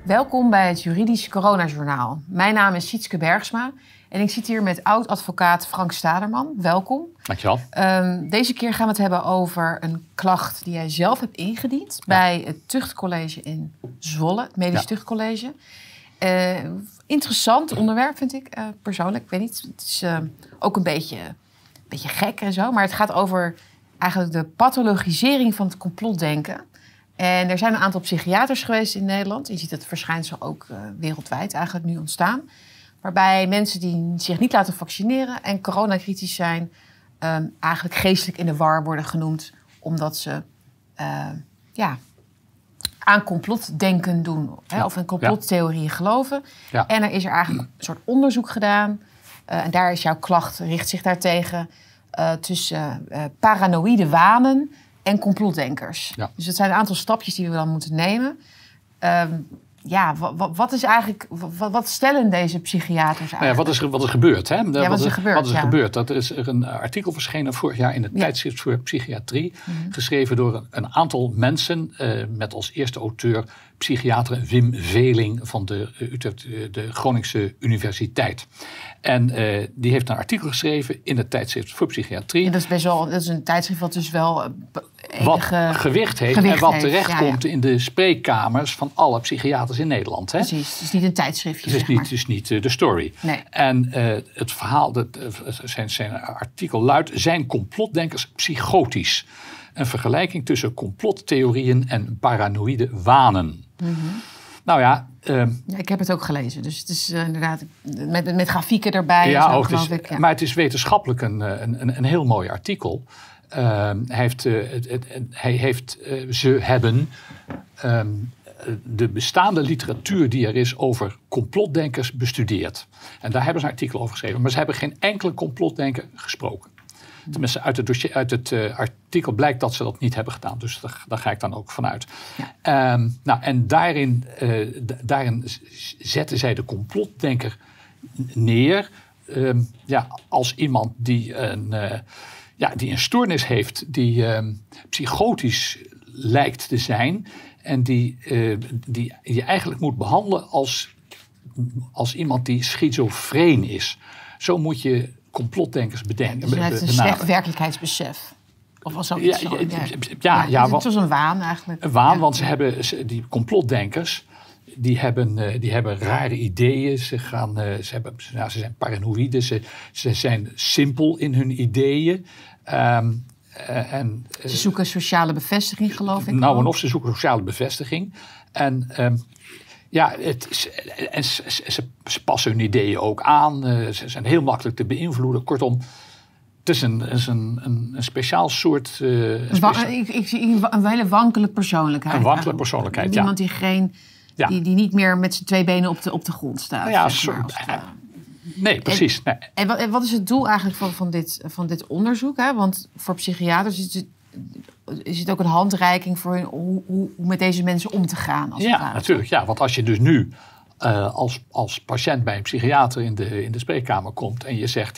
Welkom bij het Juridisch Coronajournaal. Mijn naam is Sietske Bergsma en ik zit hier met oud-advocaat Frank Staderman. Welkom. Dankjewel. Deze keer gaan we het hebben over een klacht die jij zelf hebt ingediend bij het Tuchtcollege in Zwolle, het Medisch Tuchtcollege. Interessant onderwerp vind ik persoonlijk. Ik weet niet, het is ook een beetje gek en zo, maar het gaat over eigenlijk de pathologisering van het complotdenken. En er zijn een aantal psychiaters geweest in Nederland. Je ziet het verschijnsel ook wereldwijd eigenlijk nu ontstaan. Waarbij mensen die zich niet laten vaccineren en coronakritisch zijn, eigenlijk geestelijk in de war worden genoemd. Omdat ze aan complotdenken doen. Hè, of in complottheorieën geloven. Ja. En er is er eigenlijk een soort onderzoek gedaan. En daar is jouw klacht, richt zich daartegen. Tussen paranoïde wanen en complotdenkers. Ja. Dus het zijn een aantal stapjes die we dan moeten nemen. Wat is eigenlijk, wat stellen deze psychiaters eigenlijk? Wat is gebeurd? Hè? Wat is er gebeurd? Dat is er een artikel verschenen vorig jaar in het tijdschrift voor psychiatrie. Geschreven door een aantal mensen. Met als eerste auteur psychiater Wim Veling van de Groningse Universiteit. En die heeft een artikel geschreven in het tijdschrift voor psychiatrie. En dat is een tijdschrift wat dus wel wat gewicht heeft en wat terechtkomt in de spreekkamers van alle psychiaters in Nederland. Hè? Precies, het is niet een tijdschriftje. Het is niet de story. Nee. En het verhaal, zijn artikel luidt: zijn complotdenkers psychotisch? Een vergelijking tussen complottheorieën en paranoïde wanen. Mm-hmm. Nou ja, ik heb het ook gelezen. Dus het is inderdaad met grafieken erbij. Ja, ook maar het is wetenschappelijk een heel mooi artikel. Ze hebben de bestaande literatuur die er is over complotdenkers bestudeerd. En daar hebben ze een artikel over geschreven. Maar ze hebben geen enkele complotdenker gesproken. Tenminste, uit het artikel blijkt dat ze dat niet hebben gedaan. Dus daar ga ik dan ook vanuit. Ja. En daarin zetten zij de complotdenker neer. Als iemand die een stoornis heeft. Die psychotisch lijkt te zijn. En die je eigenlijk moet behandelen als iemand die schizofreen is. Zo moet je complotdenkers bedenken. Dus hij heeft een slecht werkelijkheidsbesef. Of was zoiets zo? Het was een waan eigenlijk. Een waan, want ze hebben die complotdenkers. Die hebben rare ideeën. Ze zijn paranoïde. Ze zijn simpel in hun ideeën. Ze zoeken sociale bevestiging, geloof ik. Nou, en of ze zoeken sociale bevestiging. En ze passen hun ideeën ook aan. Ze zijn heel makkelijk te beïnvloeden. Kortom, het is een speciaal soort... Ik zie een hele wankele persoonlijkheid. Een wankele persoonlijkheid, Iemand die niet meer met zijn twee benen op de grond staat. Nee, precies. En wat is het doel eigenlijk van dit onderzoek? Hè? Want voor psychiaters is het ook een handreiking voor hun hoe met deze mensen om te gaan. Natuurlijk. Ja, want als je dus nu als patiënt bij een psychiater in de spreekkamer komt en je zegt,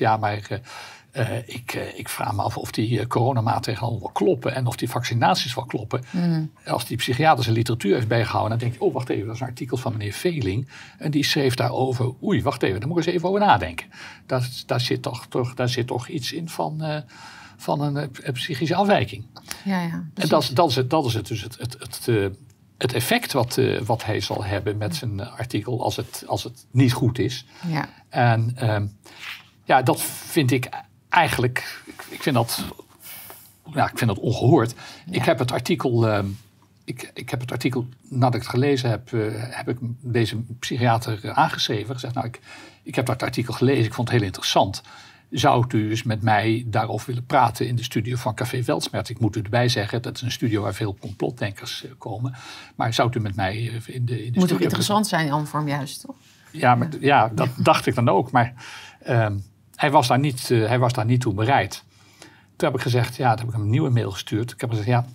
ik vraag me af of die coronamaatregelen wel kloppen en of die vaccinaties wel kloppen. Als die psychiatrische literatuur heeft bijgehouden, dan denk je, wacht even, dat is een artikel van meneer Veling. En die schreef daarover, wacht even, daar moet ik eens even over nadenken. Daar zit toch iets in van een psychische afwijking. Ja, en dat is het dus het effect wat hij zal hebben met zijn artikel als het niet goed is. Ja. En dat vind ik eigenlijk, ik vind dat ongehoord. Ja. Ik heb het artikel, nadat ik het gelezen heb ik deze psychiater aangeschreven. Gezegd, ik heb dat artikel gelezen, ik vond het heel interessant. Zou u eens met mij daarover willen praten in de studio van Café Weltsmerts? Ik moet u erbij zeggen, dat is een studio waar veel complotdenkers komen. Maar zou u met mij in de studio... Moet ook interessant zijn, Jan, voor hem juist, toch? Ja, dat dacht ik dan ook. Maar hij was daar niet toe bereid. Toen heb ik gezegd, toen heb ik hem een nieuwe mail gestuurd. Ik heb gezegd,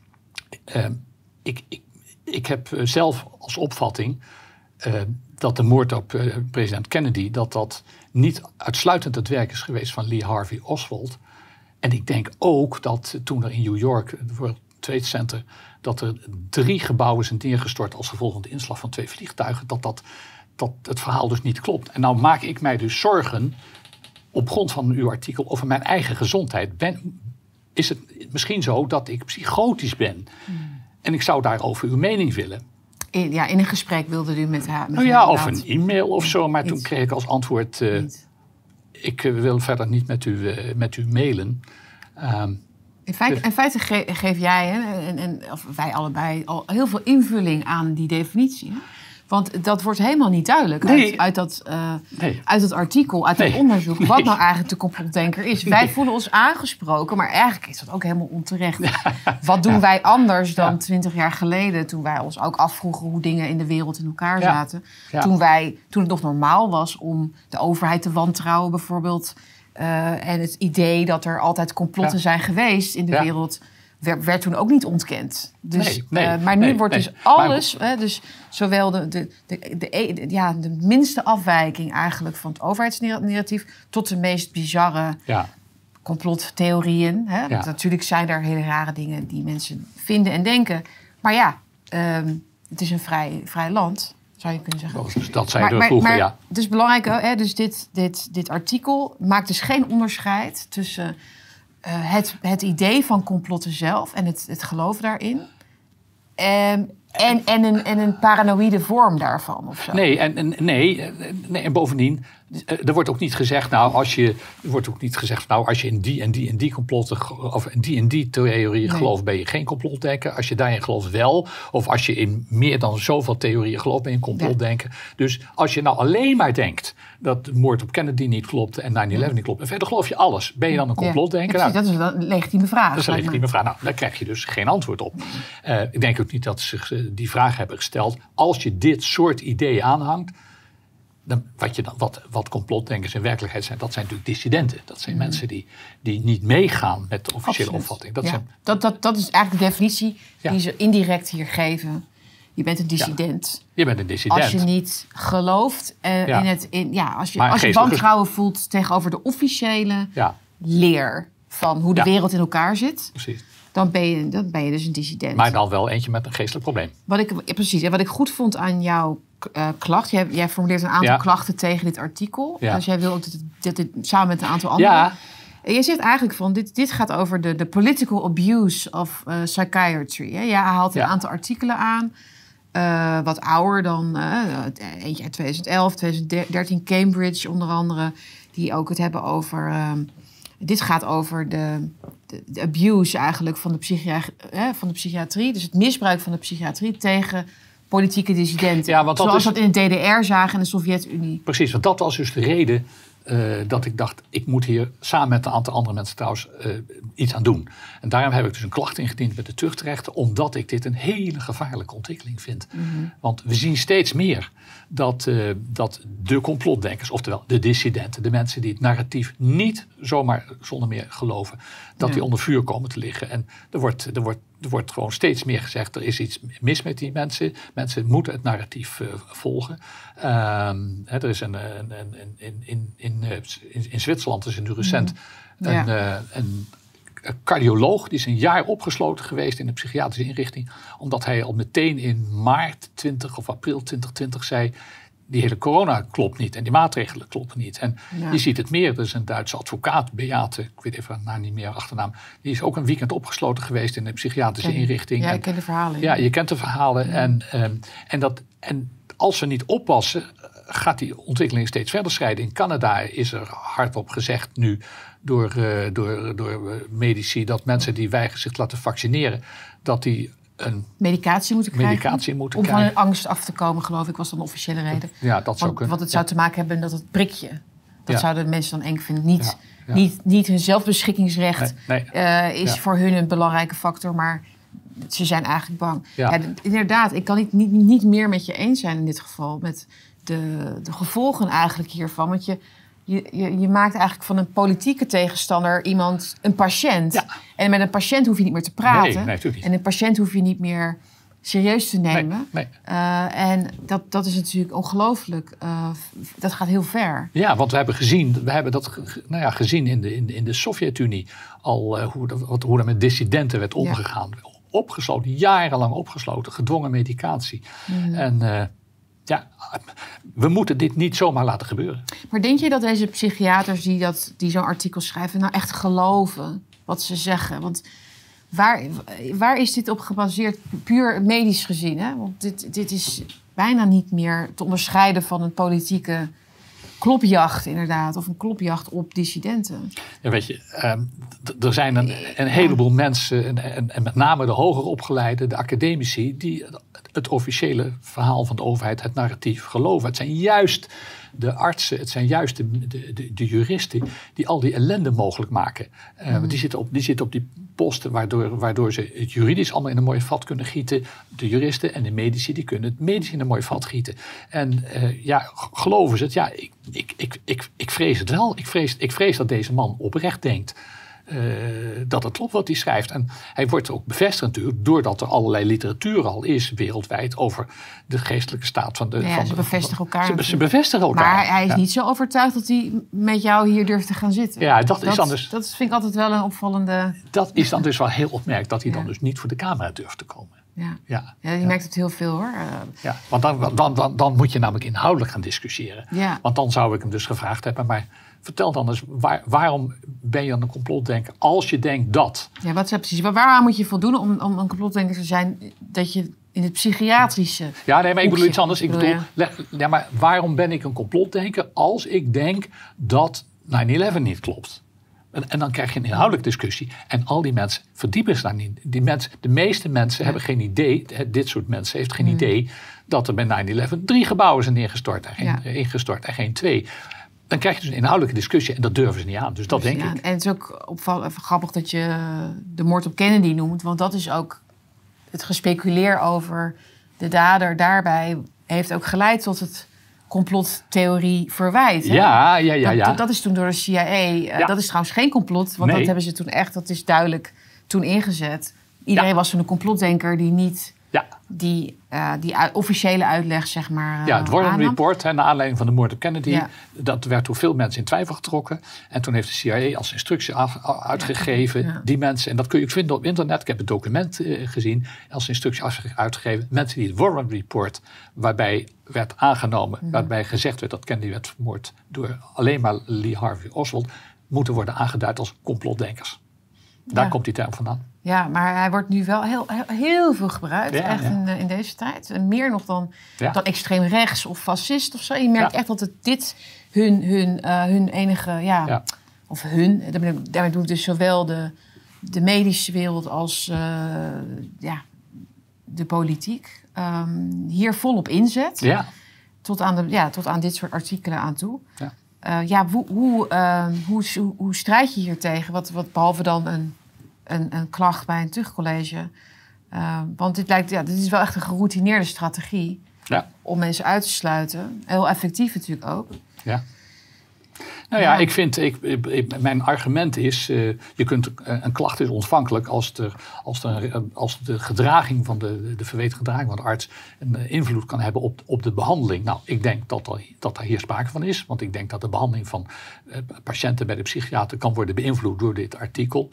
ik heb zelf als opvatting dat de moord op president Kennedy, dat niet uitsluitend het werk is geweest van Lee Harvey Oswald. En ik denk ook dat toen er in New York Trade Center, dat er 3 gebouwen zijn neergestort als gevolg van de inslag van 2 vliegtuigen, dat het verhaal dus niet klopt. En nou maak ik mij dus zorgen op grond van uw artikel over mijn eigen gezondheid. Is het misschien zo dat ik psychotisch ben? En ik zou daarover uw mening willen. In een gesprek wilde u met haar. Of een e-mail of zo. Maar toen kreeg ik als antwoord, ik wil verder niet met u mailen. In feite geef jij of wij allebei al heel veel invulling aan die definitie. Hè? Want dat wordt helemaal niet duidelijk uit dat artikel, uit dat onderzoek, wat nou eigenlijk de complotdenker is. Wij voelen ons aangesproken, maar eigenlijk is dat ook helemaal onterecht. Wat doen wij anders dan 20 jaar geleden, toen wij ons ook afvroegen hoe dingen in de wereld in elkaar zaten. Ja. Toen het nog normaal was om de overheid te wantrouwen bijvoorbeeld. En het idee dat er altijd complotten zijn geweest in de wereld werd toen ook niet ontkend. Dus, maar nu wordt dus alles, dus zowel de minste afwijking eigenlijk van het overheidsnarratief tot de meest bizarre complottheorieën. Hè? Natuurlijk zijn er hele rare dingen die mensen vinden en denken. Maar het is een vrij land, zou je kunnen zeggen. Dus dat zei er vroeger, maar het is belangrijk, dus dit artikel maakt dus geen onderscheid tussen het idee van complotten zelf en het geloof daarin. En een paranoïde vorm daarvan of zo. Nee, en bovendien, er wordt ook niet gezegd, als je in die en die complotten of in die theorieën gelooft, ben je geen complotdenker. Als je daarin gelooft wel, of als je in meer dan zoveel theorieën gelooft, ben je een complotdenker. Ja. Dus als je nou alleen maar denkt dat de moord op Kennedy niet klopt en 9/11 niet klopt, en verder geloof je alles, ben je dan een complotdenker? Ja, dat is een legitieme vraag. Dat is een legitieme vraag. Nou, daar krijg je dus geen antwoord op. Ik denk ook niet dat ze zich die vraag hebben gesteld. Als je dit soort ideeën aanhangt, wat complotdenkers in werkelijkheid zijn, dat zijn natuurlijk dissidenten. Dat zijn mensen die niet meegaan met de officiële opvatting. Dat is eigenlijk de definitie die ze indirect hier geven. Je bent een dissident. Ja, je bent een dissident. Als je niet gelooft als je wantrouwen voelt tegenover de officiële leer van hoe de wereld in elkaar zit. Precies. Dan ben je dus een dissident. Maar dan wel eentje met een geestelijk probleem. Wat ik goed vond aan jouw klacht. Jij formuleert een aantal klachten tegen dit artikel. Ja. Dus jij wil ook dat dit samen met een aantal anderen. Ja. En je zegt eigenlijk van dit gaat over de political abuse of psychiatry. Hè? Ja, hij haalt een aantal artikelen aan. Wat ouder dan eentje uit 2011, 2013 Cambridge onder andere. Die ook het hebben over. Dit gaat over de abuse eigenlijk van de psychiatrie. Dus het misbruik van de psychiatrie tegen politieke dissidenten. Ja, zoals we dat in de DDR zagen en de Sovjet-Unie. Precies, want dat was dus de reden dat ik dacht, ik moet hier samen met een aantal andere mensen trouwens iets aan doen. En daarom heb ik dus een klacht ingediend met de tuchtrechter, omdat ik dit een hele gevaarlijke ontwikkeling vind. Mm-hmm. Want we zien steeds meer dat de complotdenkers, oftewel de dissidenten, de mensen die het narratief niet zomaar zonder meer geloven, dat die onder vuur komen te liggen. En er wordt gewoon steeds meer gezegd, er is iets mis met die mensen. Mensen moeten het narratief volgen. Er is in Zwitserland is er nu recent een cardioloog, die is een jaar opgesloten geweest in een psychiatrische inrichting, omdat hij al meteen in maart 20 of april 2020 zei, die hele corona klopt niet en die maatregelen kloppen niet. En je ziet het meer. Er is een Duitse advocaat, Beate, ik weet even haar naam niet meer, achternaam. Die is ook een weekend opgesloten geweest in een psychiatrische inrichting. Ja, ik ken de verhalen. Ja, je kent de verhalen. Ja. En als we niet oppassen, gaat die ontwikkeling steeds verder schrijden. In Canada is er hardop gezegd nu door medici dat mensen die weigeren zich te laten vaccineren, dat die een medicatie moeten krijgen. Om van hun angst af te komen, geloof ik, was dan de officiële reden. Ja, dat zou kunnen. Want het zou te maken hebben met dat prikje. Dat zouden mensen dan eng vinden. Niet hun zelfbeschikkingsrecht is voor hun een belangrijke factor, maar ze zijn eigenlijk bang. Ja. Ja, inderdaad, ik kan het niet meer met je eens zijn in dit geval. Met de gevolgen eigenlijk hiervan. Want je maakt eigenlijk van een politieke tegenstander iemand een patiënt. Ja. En met een patiënt hoef je niet meer te praten. Nee, niet. En een patiënt hoef je niet meer serieus te nemen. Nee. En dat is natuurlijk ongelooflijk. Dat gaat heel ver. Ja, want we hebben dat gezien in de Sovjet-Unie al hoe er met dissidenten werd omgegaan. opgesloten, jarenlang opgesloten, gedwongen medicatie. En we moeten dit niet zomaar laten gebeuren. Maar denk je dat deze psychiaters die zo'n artikel schrijven nou echt geloven wat ze zeggen? Want waar is dit op gebaseerd, puur medisch gezien? Hè? Want dit is bijna niet meer te onderscheiden van een politieke klopjacht inderdaad. Of een klopjacht op dissidenten. Ja, weet je, er zijn een heleboel mensen, en met name de hoger opgeleide, de academici, die het officiële verhaal van de overheid, het narratief, geloven. Het zijn juist de artsen, het zijn juist de juristen die al die ellende mogelijk maken. Die zitten op die posten waardoor ze het juridisch allemaal in een mooie vat kunnen gieten. De juristen en de medici die kunnen het medisch in een mooi vat gieten. En geloven ze het? Ja, ik vrees het wel. Ik vrees dat deze man oprecht denkt dat het klopt wat hij schrijft. En hij wordt ook bevestigd natuurlijk doordat er allerlei literatuur al is wereldwijd over de geestelijke staat van de... Ze bevestigen elkaar. Ze bevestigen elkaar. Maar hij is niet zo overtuigd dat hij met jou hier durft te gaan zitten. Ja, dat is dan dus... Dat vind ik altijd wel een opvallende... Dat is dan dus wel heel opmerkelijk dat hij dan dus niet voor de camera durft te komen. Ja, je merkt het heel veel hoor. Ja, want dan moet je namelijk inhoudelijk gaan discussiëren. Ja. Want dan zou ik hem dus gevraagd hebben, maar vertel dan eens, waarom ben je aan een complotdenker als je denkt dat? Ja, wat is precies? Waaraan moet je voldoen om een complotdenker te zijn dat je in het psychiatrische... Ja, nee, maar ik bedoel iets anders. Ik bedoel, maar waarom ben ik een complotdenker als ik denk dat 9/11 niet klopt? En dan krijg je een inhoudelijke discussie. En al die mensen verdiepen zich daar niet. De meeste mensen hebben geen idee, dit soort mensen heeft geen idee, dat er bij 9/11 3 gebouwen zijn ingestort en geen 2. Dan krijg je dus een inhoudelijke discussie en dat durven ze niet aan. Dus dat denk ik. En het is ook grappig dat je de moord op Kennedy noemt. Want dat is ook het gespeculeer over de dader daarbij heeft ook geleid tot het complottheorie verwijt. Hè? Ja. Dat is toen door de CIA. Dat is trouwens geen complot, want dat hebben ze toen echt, dat is duidelijk toen ingezet. Iedereen was toen een complotdenker die niet die officiële uitleg, zeg maar. Het Warren Report, naar aanleiding van de moord op Kennedy, dat werd door veel mensen in twijfel getrokken. En toen heeft de CIA als instructie uitgegeven, die mensen, en dat kun je ook vinden op internet, ik heb het document gezien, als instructie uitgegeven, mensen die het Warren Report, waarbij werd aangenomen, waarbij gezegd werd dat Kennedy werd vermoord door alleen maar Lee Harvey Oswald, moeten worden aangeduid als complotdenkers. Daar komt die term vandaan. Ja, maar hij wordt nu wel heel veel gebruikt, in deze tijd. En meer nog dan extreem rechts of fascist of zo. Je merkt echt dat het dit hun enige... Of hun, daarmee doe ik dus zowel de medische wereld als de politiek. Hier volop inzet. Ja. Tot aan dit soort artikelen aan toe. Ja. Hoe strijd je hier tegen? Wat behalve dan een klacht bij een tuchtcollege. Want dit is wel echt een geroutineerde strategie om mensen uit te sluiten. Heel effectief natuurlijk ook. Ja. Nou ja, ik vind, mijn argument is, een klacht is ontvankelijk als de gedraging van de verweten gedraging van de arts een invloed kan hebben op de behandeling. Nou, ik denk dat daar hier sprake van is, want ik denk dat de behandeling van patiënten bij de psychiater kan worden beïnvloed door dit artikel.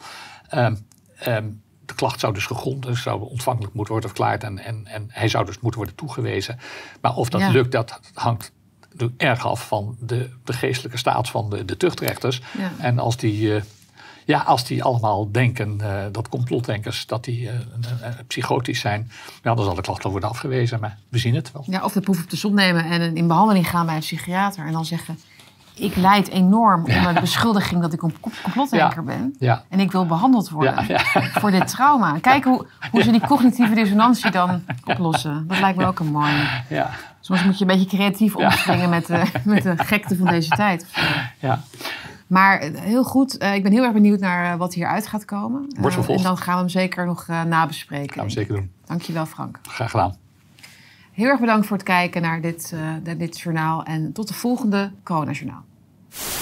De klacht zou dus gegrond, zou ontvankelijk moeten worden verklaard en hij zou dus moeten worden toegewezen. Maar of dat lukt, dat hangt erg af van de geestelijke staat van de tuchtrechters. Ja. En als die allemaal denken, dat complotdenkers, dat die psychotisch zijn, dan zal de klacht wel worden afgewezen. Maar we zien het wel. Ja, of de proef op de som nemen en in behandeling gaan bij een psychiater en dan zeggen, ik lijd enorm onder de beschuldiging dat ik een complotdenker ben. Ja. En ik wil behandeld worden voor dit trauma. Kijken hoe ze die cognitieve dissonantie dan oplossen. Dat lijkt me ook een mooi. Ja. Soms moet je een beetje creatief omspringen met de gekte van deze tijd. Ja. Maar heel goed. Ik ben heel erg benieuwd naar wat hieruit gaat komen. Wordt vervolgd. En dan gaan we hem zeker nog nabespreken. Gaan we zeker doen. Dankjewel, Frank. Graag gedaan. Heel erg bedankt voor het kijken naar dit journaal. En tot de volgende Corona Journaal.